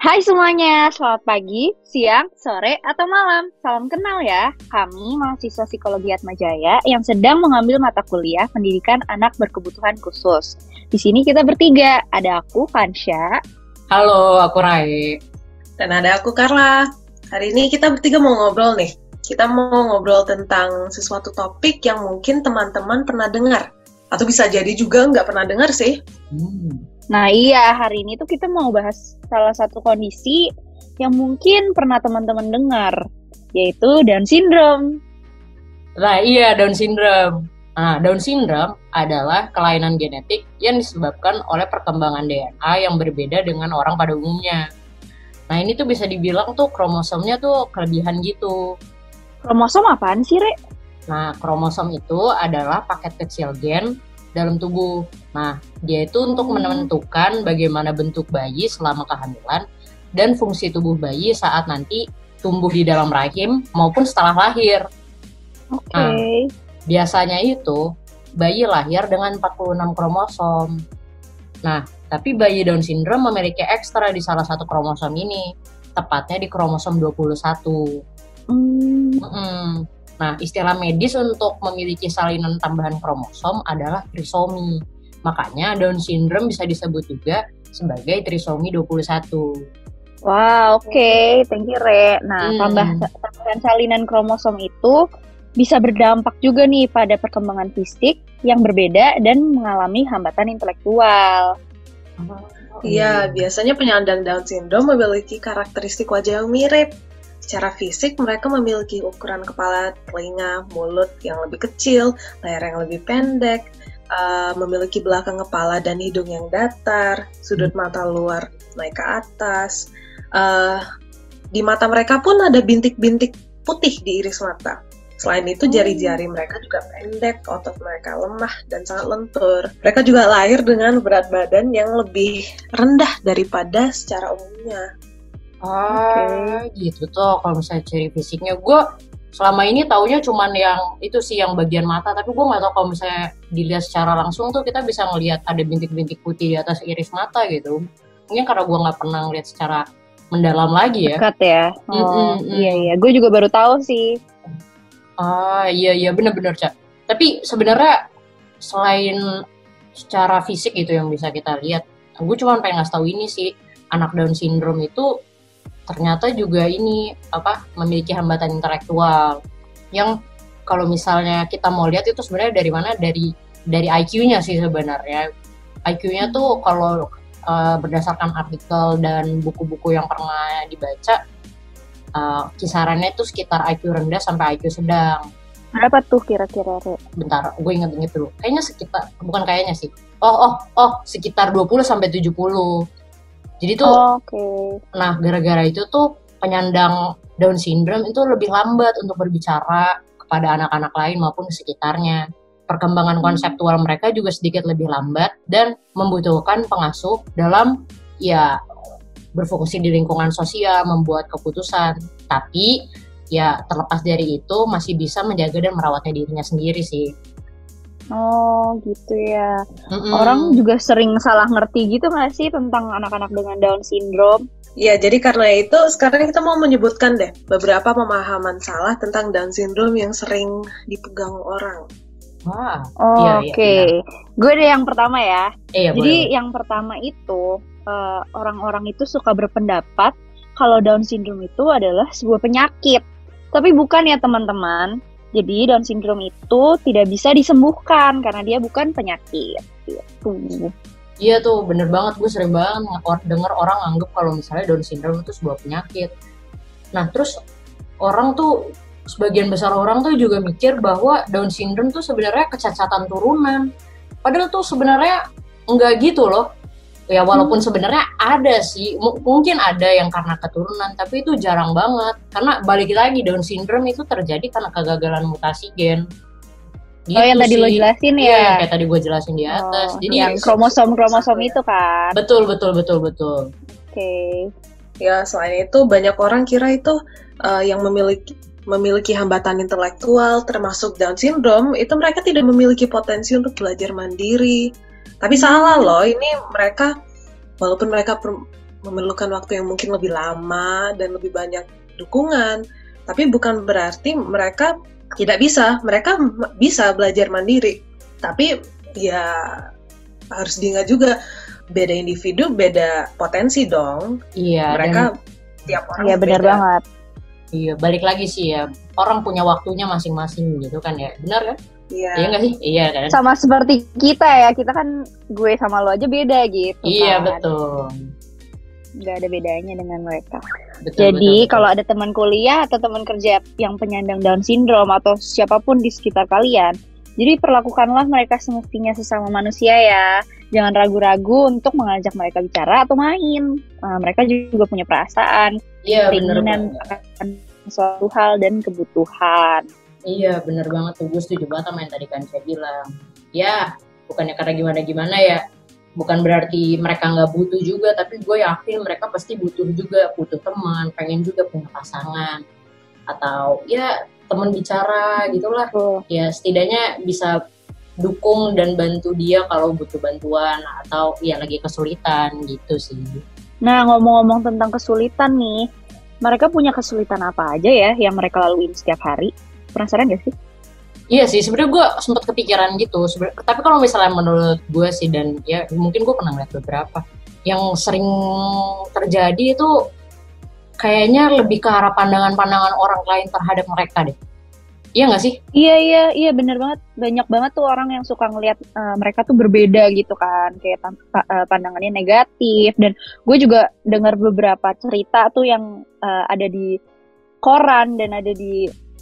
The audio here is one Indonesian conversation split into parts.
Hai semuanya, selamat pagi, siang, sore, atau malam. Salam kenal ya. Kami mahasiswa Psikologi Atmajaya yang sedang mengambil mata kuliah pendidikan anak berkebutuhan khusus. Di sini kita bertiga, ada aku, Kansha. Halo, aku Rai. Dan ada aku, Carla. Hari ini kita bertiga mau ngobrol nih. Kita mau ngobrol tentang sesuatu topik yang mungkin teman-teman pernah dengar. Atau bisa jadi juga nggak pernah dengar sih. Nah iya, hari ini tuh kita mau bahas salah satu kondisi yang mungkin pernah teman-teman dengar, yaitu Down Syndrome. Nah, iya, Down Syndrome. Nah, Down Syndrome adalah kelainan genetik yang disebabkan oleh perkembangan DNA yang berbeda dengan orang pada umumnya. Nah, ini tuh bisa dibilang tuh kromosomnya tuh kelebihan gitu. Kromosom apaan sih, Re? Nah, kromosom itu adalah paket kecil gen dalam tubuh. Nah, dia itu untuk menentukan bagaimana bentuk bayi selama kehamilan dan fungsi tubuh bayi saat nanti tumbuh di dalam rahim maupun setelah lahir. Oke. Nah, biasanya itu bayi lahir dengan 46 kromosom. Nah, tapi bayi Down syndrome memiliki ekstra di salah satu kromosom ini, tepatnya di kromosom 21. Nah, istilah medis untuk memiliki salinan tambahan kromosom adalah trisomi. Makanya Down syndrome bisa disebut juga sebagai trisomi 21. Wah, oke. Thank you, Re. Nah, tambahan salinan kromosom itu bisa berdampak juga nih pada perkembangan fisik yang berbeda dan mengalami hambatan intelektual. Iya, biasanya penyandang Down syndrome memiliki karakteristik wajah yang mirip. Secara fisik, mereka memiliki ukuran kepala, telinga, mulut yang lebih kecil, layar yang lebih pendek, memiliki belakang kepala dan hidung yang datar, sudut mata luar naik ke atas. Di mata mereka pun ada bintik-bintik putih di iris mata. Selain itu, jari-jari mereka juga pendek, otot mereka lemah dan sangat lentur. Mereka juga lahir dengan berat badan yang lebih rendah daripada secara umumnya. Gitu tuh kalau misalnya ciri fisiknya. Gue selama ini taunya cuman yang itu sih, yang bagian mata, tapi gue nggak tahu kalau misalnya dilihat secara langsung tuh kita bisa ngelihat ada bintik-bintik putih di atas iris mata gitu. Mungkin karena gue nggak pernah ngelihat secara mendalam lagi ya. Dekat ya. Iya, gue juga baru tahu sih. Iya benar-benar, Cak. Tapi sebenarnya selain secara fisik gitu yang bisa kita lihat, gue cuma pengen ngasih tahu ini sih, anak Down syndrome itu ternyata juga ini memiliki hambatan intelektual yang kalau misalnya kita mau lihat itu sebenarnya dari mana, dari IQ-nya sih sebenarnya. IQ-nya tuh kalau berdasarkan artikel dan buku-buku yang pernah dibaca, kisarannya itu sekitar IQ rendah sampai IQ sedang. Berapa tuh kira-kira, Re? Bentar, gue inget-inget dulu. Kayaknya sekitar, bukan kayaknya sih. Sekitar 20 sampai 70. Jadi tuh, Nah gara-gara itu tuh penyandang Down syndrome itu lebih lambat untuk berbicara kepada anak-anak lain maupun sekitarnya. Perkembangan konseptual mereka juga sedikit lebih lambat dan membutuhkan pengasuh dalam berfungsi di lingkungan sosial, membuat keputusan. Tapi ya terlepas dari itu masih bisa menjaga dan merawatnya dirinya sendiri sih. Oh gitu ya. Orang juga sering salah ngerti gitu nggak sih tentang anak-anak dengan Down syndrome? Ya, jadi karena itu sekarang kita mau menyebutkan deh beberapa pemahaman salah tentang Down syndrome yang sering dipegang orang. Oke. Gue deh yang pertama ya. Jadi boleh. yang pertama itu orang-orang itu suka berpendapat kalau Down syndrome itu adalah sebuah penyakit. Tapi bukan ya teman-teman. Jadi Down syndrome itu tidak bisa disembuhkan karena dia bukan penyakit. Gitu. Iya tuh, bener banget. Gue sering banget denger orang anggap kalau misalnya Down syndrome itu sebuah penyakit. Nah terus sebagian besar orang tuh juga mikir bahwa Down syndrome tuh sebenarnya kecacatan turunan. Padahal tuh sebenarnya enggak gitu loh. Ya walaupun sebenarnya ada sih, mungkin ada yang karena keturunan, tapi itu jarang banget. Karena balik lagi, Down syndrome itu terjadi karena kegagalan mutasi gen. Gitu yang tadi lo jelasin ya? Iya, kayak tadi gue jelasin di atas. Jadi yang kromosom itu kan? Betul. Oke. Ya, selain itu banyak orang kira itu yang memiliki hambatan intelektual termasuk Down syndrome, itu mereka tidak memiliki potensi untuk belajar mandiri. Tapi salah loh, ini mereka walaupun mereka memerlukan waktu yang mungkin lebih lama dan lebih banyak dukungan. Tapi bukan berarti mereka tidak bisa. Mereka bisa belajar mandiri. Tapi ya harus diingat juga, beda individu, beda potensi dong. Iya. Mereka tiap orang Iya benar beda. banget. Iya, balik lagi sih ya. Orang punya waktunya masing-masing gitu kan ya. Benar kan? Iya. Iya nggak sih? Iya kan? Sama seperti kita ya, kita kan gue sama lo aja beda gitu. Iya, kan. betul. Nggak ada bedanya dengan mereka. Betul, Jadi betul. kalau ada teman kuliah atau teman kerja yang penyandang Down syndrome atau siapapun di sekitar kalian, jadi perlakukanlah mereka semestinya sesama manusia ya. Jangan ragu-ragu untuk mengajak mereka bicara atau main. Mereka juga punya perasaan, Iya, benar keinginan banget. akan suatu hal dan kebutuhan. Iya, benar banget tuh. Gue setuju banget sama yang tadi kan saya bilang. Ya, bukannya karena gimana-gimana ya. Bukan berarti mereka nggak butuh juga, tapi gue yakin mereka pasti butuh juga, butuh teman, pengen juga punya pasangan. Atau ya teman bicara gitulah. Ya setidaknya bisa dukung dan bantu dia kalau butuh bantuan atau ya lagi kesulitan gitu sih. Nah, ngomong-ngomong tentang kesulitan nih, mereka punya kesulitan apa aja ya yang mereka laluin setiap hari? Penasaran gak sih? Iya sih, sebenarnya gue sempat kepikiran gitu. Tapi kalau misalnya menurut gue sih, dan ya mungkin gue pernah lihat beberapa yang sering terjadi itu kayaknya lebih ke arah pandangan-pandangan orang lain terhadap mereka deh. Iya nggak sih? Iya, bener banget. Banyak banget tuh orang yang suka ngelihat mereka tuh berbeda gitu kan, kayak pandangannya negatif. Dan gue juga dengar beberapa cerita tuh yang ada di koran dan ada di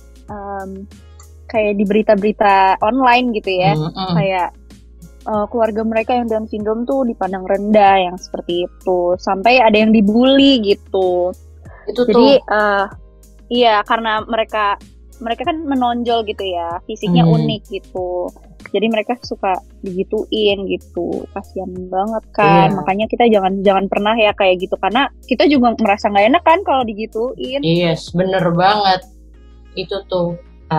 kayak di berita-berita online gitu ya, kayak keluarga mereka yang Down syndrome tuh dipandang rendah, yang seperti itu, sampai ada yang dibully gitu. Itu Jadi tuh. iya, karena mereka kan menonjol gitu ya, fisiknya unik gitu. Jadi mereka suka digituin gitu, kasihan banget kan. Iya. Makanya kita jangan pernah ya kayak gitu, karena kita juga merasa nggak enak kan kalau digituin. Yes, bener banget. Itu tuh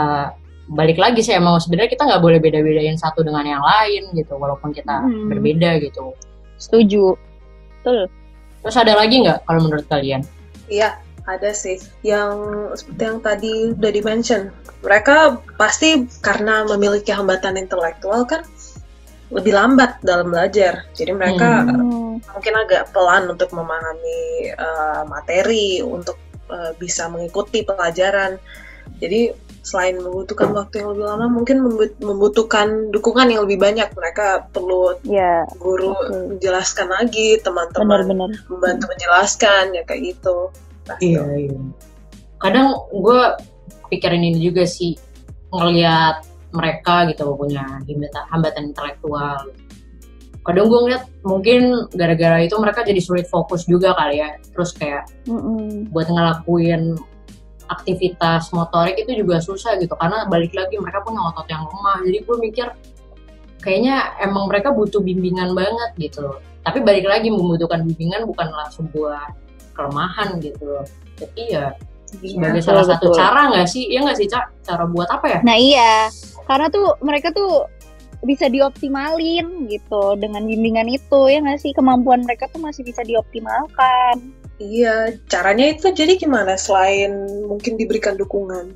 balik lagi sih, emang sebenarnya kita nggak boleh beda-bedain satu dengan yang lain gitu, walaupun kita berbeda gitu. Setuju. Betul. Terus ada lagi nggak kalau menurut kalian? Iya, ada sih. Yang seperti yang tadi udah di-mention, mereka pasti karena memiliki hambatan intelektual kan lebih lambat dalam belajar. Jadi mereka mungkin agak pelan untuk memahami materi, untuk bisa mengikuti pelajaran. Jadi selain membutuhkan waktu yang lebih lama, mungkin membutuhkan dukungan yang lebih banyak. Mereka perlu guru menjelaskan lagi, teman-teman membantu menjelaskan, ya kayak gitu. Iya. Kadang gue pikirin ini juga sih, ngelihat mereka gitu punya hambatan intelektual. Kadang gue ngeliat mungkin gara-gara itu mereka jadi sulit fokus juga kali ya. Terus kayak buat ngelakuin aktivitas motorik itu juga susah gitu, karena balik lagi mereka punya otot yang lemah. Jadi gue mikir kayaknya emang mereka butuh bimbingan banget gitu. Tapi balik lagi, membutuhkan bimbingan bukanlah sebuah kelemahan gitu. Jadi ya sebagai salah satu cara nggak sih? Ya nggak sih, Cak? Cara buat apa ya? Nah iya, karena tuh mereka tuh bisa dioptimalin gitu dengan bimbingan itu, ya nggak sih? Kemampuan mereka tuh masih bisa dioptimalkan. Iya, caranya itu jadi gimana selain mungkin diberikan dukungan?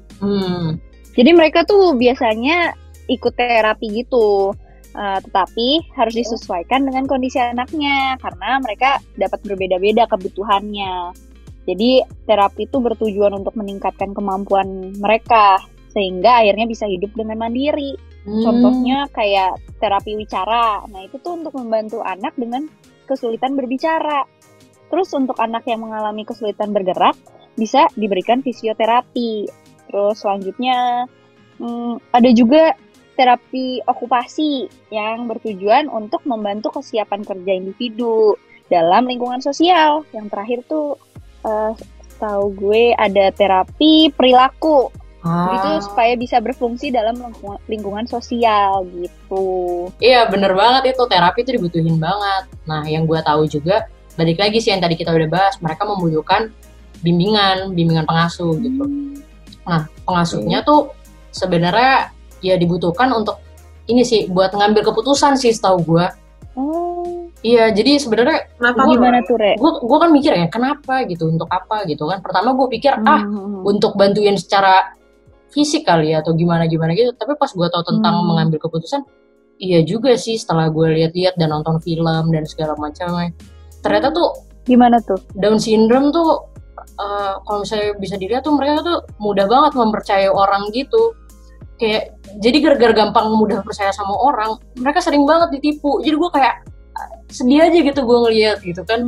Jadi mereka tuh biasanya ikut terapi gitu, tetapi harus disesuaikan dengan kondisi anaknya karena mereka dapat berbeda-beda kebutuhannya. Jadi terapi itu bertujuan untuk meningkatkan kemampuan mereka sehingga akhirnya bisa hidup dengan mandiri. Contohnya kayak terapi wicara. Nah itu tuh untuk membantu anak dengan kesulitan berbicara. Terus untuk anak yang mengalami kesulitan bergerak, bisa diberikan fisioterapi. Terus selanjutnya ada juga terapi okupasi yang bertujuan untuk membantu kesiapan kerja individu dalam lingkungan sosial. Yang terakhir tuh setahu gue ada terapi perilaku. Itu supaya bisa berfungsi dalam lingkungan sosial gitu. Iya bener banget, itu terapi itu dibutuhin banget. Nah yang gue tahu juga, balik lagi sih yang tadi kita udah bahas, mereka membutuhkan bimbingan pengasuh gitu. Nah pengasuhnya tuh sebenarnya ya dibutuhkan untuk ini sih, buat ngambil keputusan sih setahu gue. Oh, Iya, jadi sebenarnya Kenapa gimana mulai? tuh, Re? gue kan mikir ya kenapa gitu, untuk apa gitu kan. Pertama gue pikir Hmm. untuk bantuin secara fisik kali ya atau gimana gimana gitu. Tapi pas gue tahu tentang mengambil keputusan, iya juga sih setelah gue lihat-lihat dan nonton film dan segala macamnya. Ternyata tuh Gimana tuh? Down syndrome tuh kalau misalnya bisa dilihat tuh mereka tuh mudah banget mempercayai orang gitu. Kayak jadi gara-gara gampang mudah percaya sama orang, mereka sering banget ditipu. Jadi gue kayak sedih aja gitu gue ngeliat gitu kan.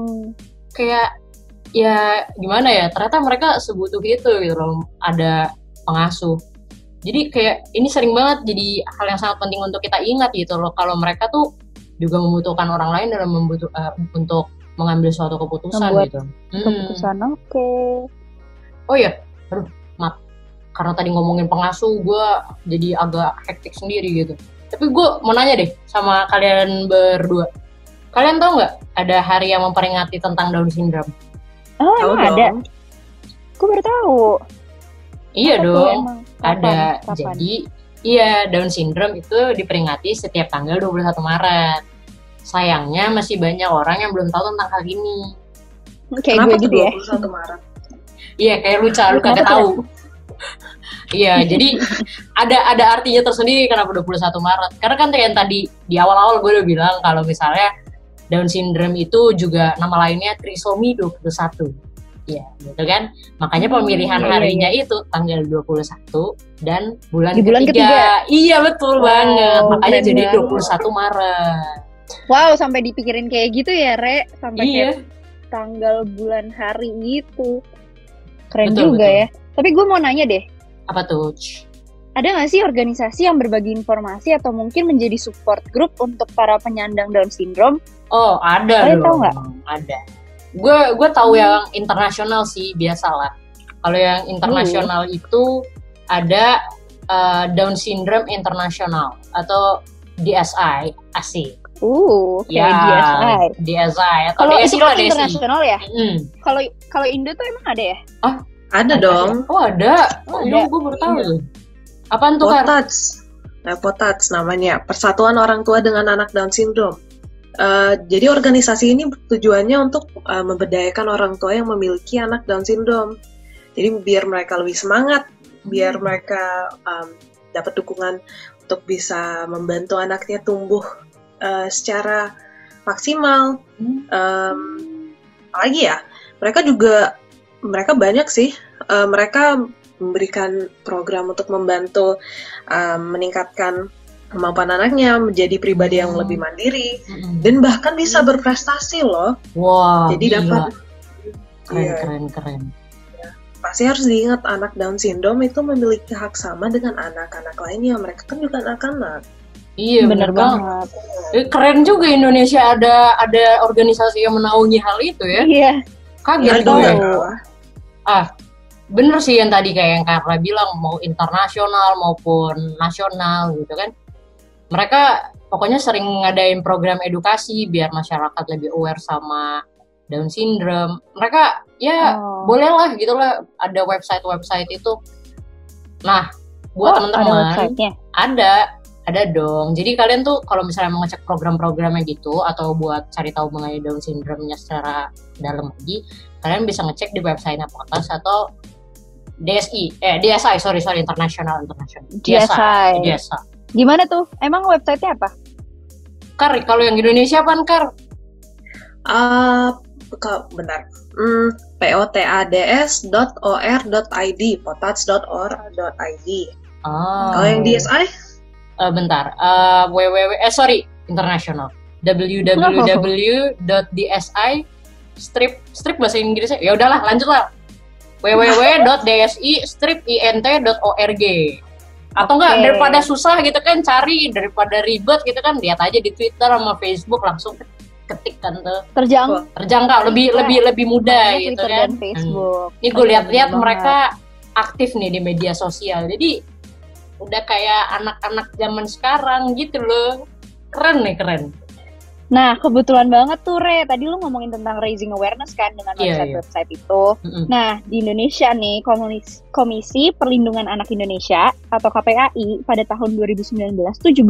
Kayak ya gimana ya, ternyata mereka sebutuh itu gitu loh, ada pengasuh. Jadi kayak ini sering banget jadi hal yang sangat penting untuk kita ingat gitu loh, kalau mereka tuh juga membutuhkan orang lain dalam untuk mengambil suatu keputusan Membuat gitu. keputusan, oke. Oh iya, aduh maaf, karena tadi ngomongin pengasuh gue jadi agak hektik sendiri gitu. Tapi gue mau nanya deh sama kalian berdua, kalian tahu nggak ada hari yang memperingati tentang Down syndrome? Oh, Tahu emang dong. ada? Gue baru tahu. Iya Apa tuh dong, emang? ada. Kapan? Jadi iya, Down syndrome itu diperingati setiap tanggal 21 Maret. Sayangnya masih banyak orang yang belum tahu tentang hal ini. Kayak Kenapa gue tuh gitu ya. 21 Maret? Iya, kayak lu Kenapa kagak tuh? tahu. Iya, jadi ada artinya tersendiri kenapa 21 Maret. Karena kan yang tadi di awal-awal gue udah bilang kalau misalnya Down syndrome itu juga nama lainnya trisomi 21. Iya, gitu kan. Makanya pemilihan iya, harinya itu tanggal 21 dan bulan Di bulan ketiga. Iya, betul Wow, banget. Makanya keren jadi banget. 21 Maret. Wow, sampai dipikirin kayak gitu ya, Re? Sampai Iya. kayak tanggal bulan hari gitu. Keren Betul, juga betul. ya. Tapi gue mau nanya deh, Apa tuh? ada nggak sih organisasi yang berbagi informasi atau mungkin menjadi support group untuk para penyandang Down syndrome? Oh, ada Kalian dong. tahu nggak? Ada. Gue tahu yang internasional sih, biasalah. Kalau yang internasional itu ada Down Syndrome International atau DSI, asik. Kayak DSI. DSI atau Kalau itu DSI kan lah, DSI. internasional ya? Mm. Kalau Indo tuh emang ada ya? Ada dong. Oh, ada. Oh, Oh, ada. gue baru tahu tuh. Apaan tuh, Kar? Potats namanya, Persatuan Orang Tua dengan Anak Down Syndrome. Jadi organisasi ini tujuannya untuk memberdayakan orang tua yang memiliki anak Down Syndrome. Jadi biar mereka lebih semangat, biar mereka dapat dukungan untuk bisa membantu anaknya tumbuh secara maksimal. Apalagi ya, mereka banyak sih. Mereka memberikan program untuk membantu meningkatkan kemampuan anaknya menjadi pribadi yang lebih mandiri dan bahkan bisa berprestasi loh. Wah, Jadi gila. dapat Keren. pasti harus diingat, anak Down syndrome itu memiliki hak sama dengan anak-anak lainnya. Mereka kan juga anak-anak. Iya, Bener bener banget. banget. Keren juga Indonesia ada organisasi yang menaungi hal itu ya. Iya. Kaget Tahu. gue. Bener sih yang tadi kayak yang Karla bilang, mau internasional maupun nasional gitu kan. Mereka pokoknya sering ngadain program edukasi biar masyarakat lebih aware sama Down syndrome. Mereka ya bolehlah gitulah, ada website itu. Nah, buat ada teman-teman website-nya? ada dong. Jadi kalian tuh kalau misalnya mau ngecek program-programnya gitu atau buat cari tahu mengenai Down syndrome-nya secara dalam lagi, kalian bisa ngecek di website-nya Potas atau DSI, internasional. DSI. Gimana tuh? Emang website-nya apa? Kar, kalau yang Indonesia apaan, Kar? Benar. potads.or.id, potats.or.id. Kalau yang DSI? Bentar. Internasional. www.dsi strip bahasa Inggrisnya. Ya udahlah, lanjutlah. www.dsi-int.org. Atau enggak, daripada susah gitu kan, daripada ribet gitu kan, lihat aja di Twitter sama Facebook, langsung ketik kan tuh. Terjangkau, lebih mudah gitu Twitter kan. Dan Facebook. Ini gue lihat-lihat mereka aktif nih di media sosial. Jadi udah kayak anak-anak zaman sekarang gitu loh. Keren. Nah, kebetulan banget tuh, Re. Tadi lu ngomongin tentang raising awareness kan dengan website-website itu. Nah, di Indonesia nih, Komisi Perlindungan Anak Indonesia atau KPAI pada tahun 2019 tuh juga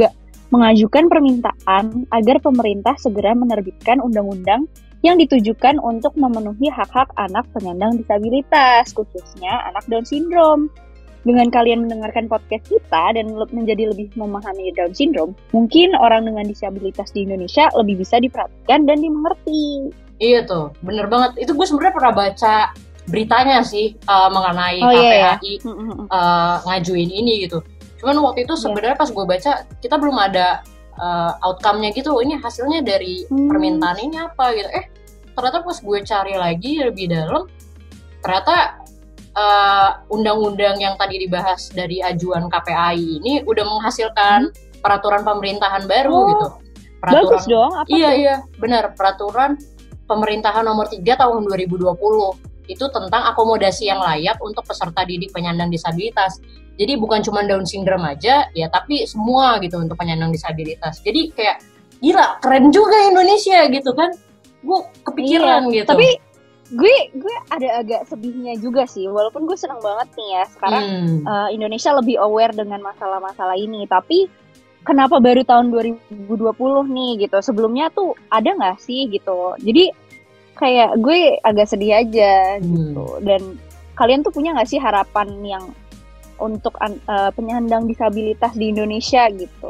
mengajukan permintaan agar pemerintah segera menerbitkan undang-undang yang ditujukan untuk memenuhi hak-hak anak penyandang disabilitas, khususnya anak Down syndrome. Dengan kalian mendengarkan podcast kita dan menjadi lebih memahami Down syndrome, mungkin orang dengan disabilitas di Indonesia lebih bisa diperhatikan dan dimengerti. Iya tuh, bener banget. Itu gue sebenarnya pernah baca beritanya sih mengenai KPAI ngajuin ini gitu. Cuman waktu itu sebenarnya pas gue baca, kita belum ada outcome-nya gitu. Ini hasilnya dari permintaan ini apa gitu. Ternyata pas gue cari lagi lebih dalam, ternyata undang-undang yang tadi dibahas dari ajuan KPAI ini udah menghasilkan peraturan pemerintahan baru gitu. Bagus dong. Apa iya, benar. Peraturan Pemerintahan nomor 3 tahun 2020 itu tentang akomodasi yang layak untuk peserta didik penyandang disabilitas. Jadi bukan cuma Down syndrome aja ya, tapi semua gitu untuk penyandang disabilitas. Jadi kayak gila, keren juga Indonesia gitu kan. Gue kepikiran gitu. Tapi gue ada agak sedihnya juga sih, walaupun gue senang banget nih ya sekarang Indonesia lebih aware dengan masalah-masalah ini. Tapi kenapa baru tahun 2020 nih gitu? Sebelumnya tuh ada nggak sih gitu? Jadi kayak gue agak sedih aja gitu. Dan kalian tuh punya nggak sih harapan yang untuk penyandang disabilitas di Indonesia gitu?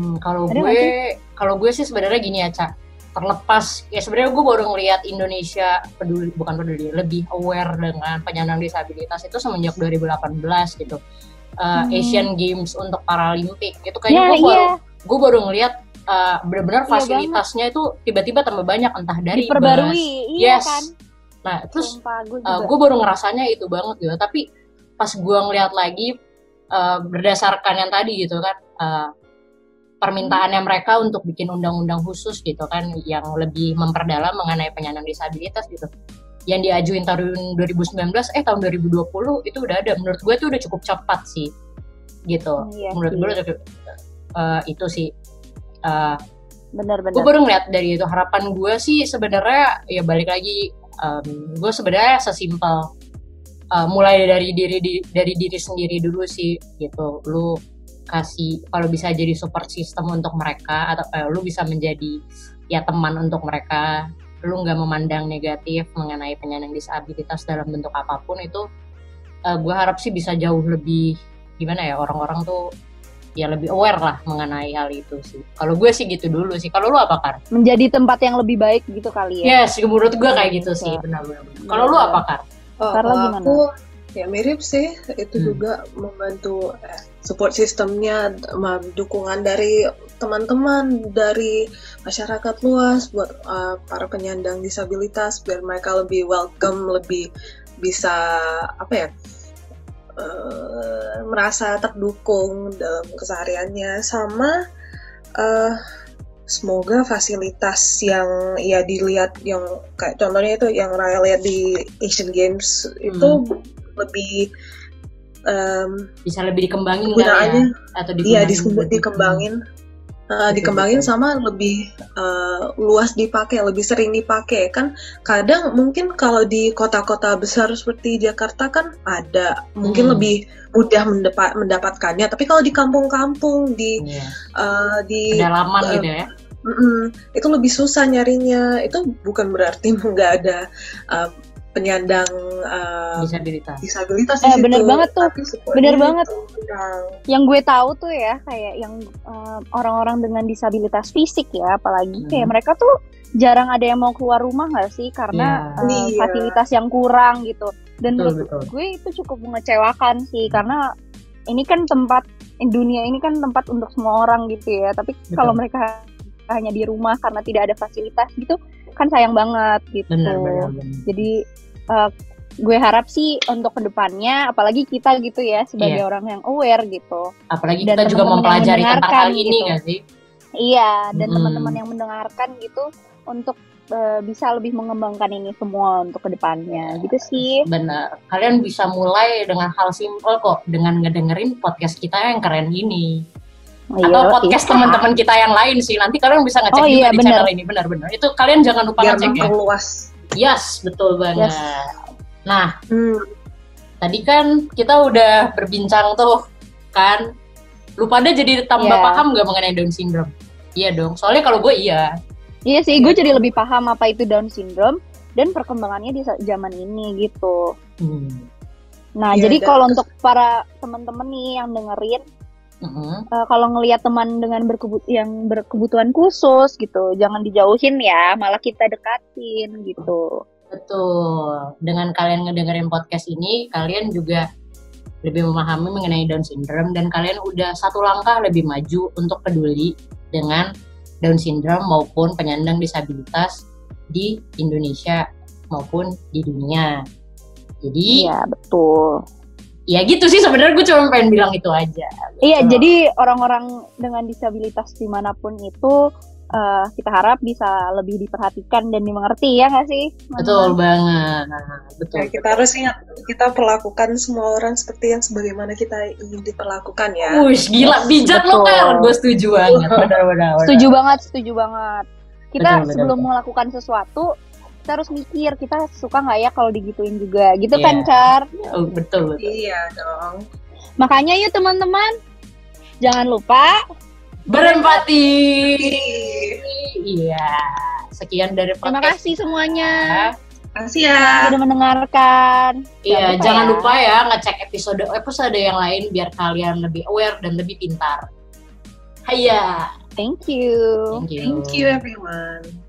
Kalau gue sih sebenarnya gini ya, Ca. Terlepas ya sebenarnya gue baru ngelihat Indonesia lebih aware dengan penyandang disabilitas itu semenjak 2018 gitu. Asian Games untuk Paralimpik itu kayaknya gue baru ngelihat benar-benar fasilitasnya itu tiba-tiba tambah banyak, entah dari diperbarui, bus. Kan? Nah terus gue baru ngerasanya itu banget gitu. Tapi pas gue ngelihat lagi berdasarkan yang tadi gitu kan, permintaannya mereka untuk bikin undang-undang khusus gitu kan yang lebih memperdalam mengenai penyandang disabilitas gitu. Yang diajuin tahun 2019, tahun 2020 itu udah ada. Menurut gue itu udah cukup cepat sih, gitu. Menurut gue itu sih. Benar-benar. Gue baru ngeliat dari itu. Harapan gue sih sebenarnya ya balik lagi. Gue sebenarnya sesimpel mulai dari diri sendiri dulu sih, gitu. Lu kasih kalau bisa jadi support system untuk mereka atau lu bisa menjadi ya teman untuk mereka. Lu nggak memandang negatif mengenai penyandang disabilitas dalam bentuk apapun itu, gue harap sih bisa jauh lebih gimana ya, orang-orang tuh ya lebih aware lah mengenai hal itu sih. Kalau gue sih gitu dulu sih. Kalau lu apa, Kar? Menjadi tempat yang lebih baik gitu kali ya? Yes, menurut gue kayak gitu sih, benar-benar. Kalau lu apa, Kar? Kalau gimana? Aku ya mirip sih, itu juga membantu support sistemnya, dukungan dari teman-teman, dari masyarakat luas buat para penyandang disabilitas biar mereka lebih welcome, lebih bisa merasa terdukung dalam kesehariannya. Sama semoga fasilitas yang ya dilihat, yang kayak contohnya itu yang Raya lihat di Asian Games itu lebih bisa lebih dikembangin gunaannya atau dikembangin sama lebih luas dipakai, lebih sering dipakai. Kan kadang mungkin kalau di kota-kota besar seperti Jakarta kan ada mungkin lebih mudah mendapatkannya, tapi kalau di kampung-kampung di pedalaman gitu ya, itu lebih susah nyarinya. Itu bukan berarti nggak ada penyandang disabilitas di situ. Bener banget tuh, bener banget. Yang gue tahu tuh ya, kayak yang orang-orang dengan disabilitas fisik ya, apalagi kayak mereka tuh jarang ada yang mau keluar rumah nggak sih, karena fasilitas yang kurang gitu. Dan menurut gue itu cukup mengecewakan sih, karena ini kan dunia ini kan tempat untuk semua orang gitu ya. Tapi kalau mereka hanya di rumah karena tidak ada fasilitas gitu, kan sayang banget gitu. Benar. Jadi gue harap sih untuk kedepannya, apalagi kita gitu ya sebagai orang yang aware gitu. Apalagi dan kita juga mempelajari tentang hal ini gitu. Gak sih? Iya, dan teman-teman yang mendengarkan gitu untuk bisa lebih mengembangkan ini semua untuk kedepannya gitu sih. Benar. Kalian bisa mulai dengan hal simpel kok, dengan ngedengerin podcast kita yang keren ini. Atau podcast teman-teman kita yang lain sih. Nanti kalian bisa ngecek juga di channel ini. Benar-benar. Itu kalian jangan lupa ngecek ya. Luas. Yes, betul banget. Yes. Nah, tadi kan kita udah berbincang tuh kan Lu pada jadi tambah Iya. paham gak mengenai Down syndrome? Iya dong, soalnya kalau gue iya. Iya sih, gue jadi lebih paham apa itu Down syndrome dan perkembangannya di zaman ini gitu. Nah, Iya, jadi dan- kalau untuk para teman-teman nih yang dengerin, kalau ngelihat teman dengan yang berkebutuhan khusus gitu, jangan dijauhin ya, malah kita dekatin gitu. Betul. Dengan kalian ngedengerin podcast ini, kalian juga lebih memahami mengenai Down syndrome dan kalian udah satu langkah lebih maju untuk peduli dengan Down syndrome maupun penyandang disabilitas di Indonesia maupun di dunia. Jadi Iya, betul. ya gitu sih sebenarnya gue cuma pengen bilang itu aja. Iya, Gitu. jadi orang-orang dengan disabilitas dimanapun itu kita harap bisa lebih diperhatikan dan dimengerti ya nggak sih? Betul banget. Betul. Ya, kita harus ingat, kita perlakukan semua orang seperti yang sebagaimana kita ingin diperlakukan ya. Wush, gila bijak lo Betul. kan. Gue setuju banget. Benar-benar. Setuju banget. Kita Betul, sebelum betul. melakukan sesuatu, kita harus mikir kita suka nggak ya kalau digituin juga, gitu Iya. kan, Char? Oh, betul. Iya dong. Makanya yuk teman-teman, jangan lupa Berempati. Iya. Sekian dari terima podcast. kasih semuanya Makasih ya. sudah mendengarkan. Iya, Jangan jangan lupa lupa ya ngecek episode yang lain biar kalian lebih aware dan lebih pintar. Hayya. Thank you. Thank you. Thank you everyone.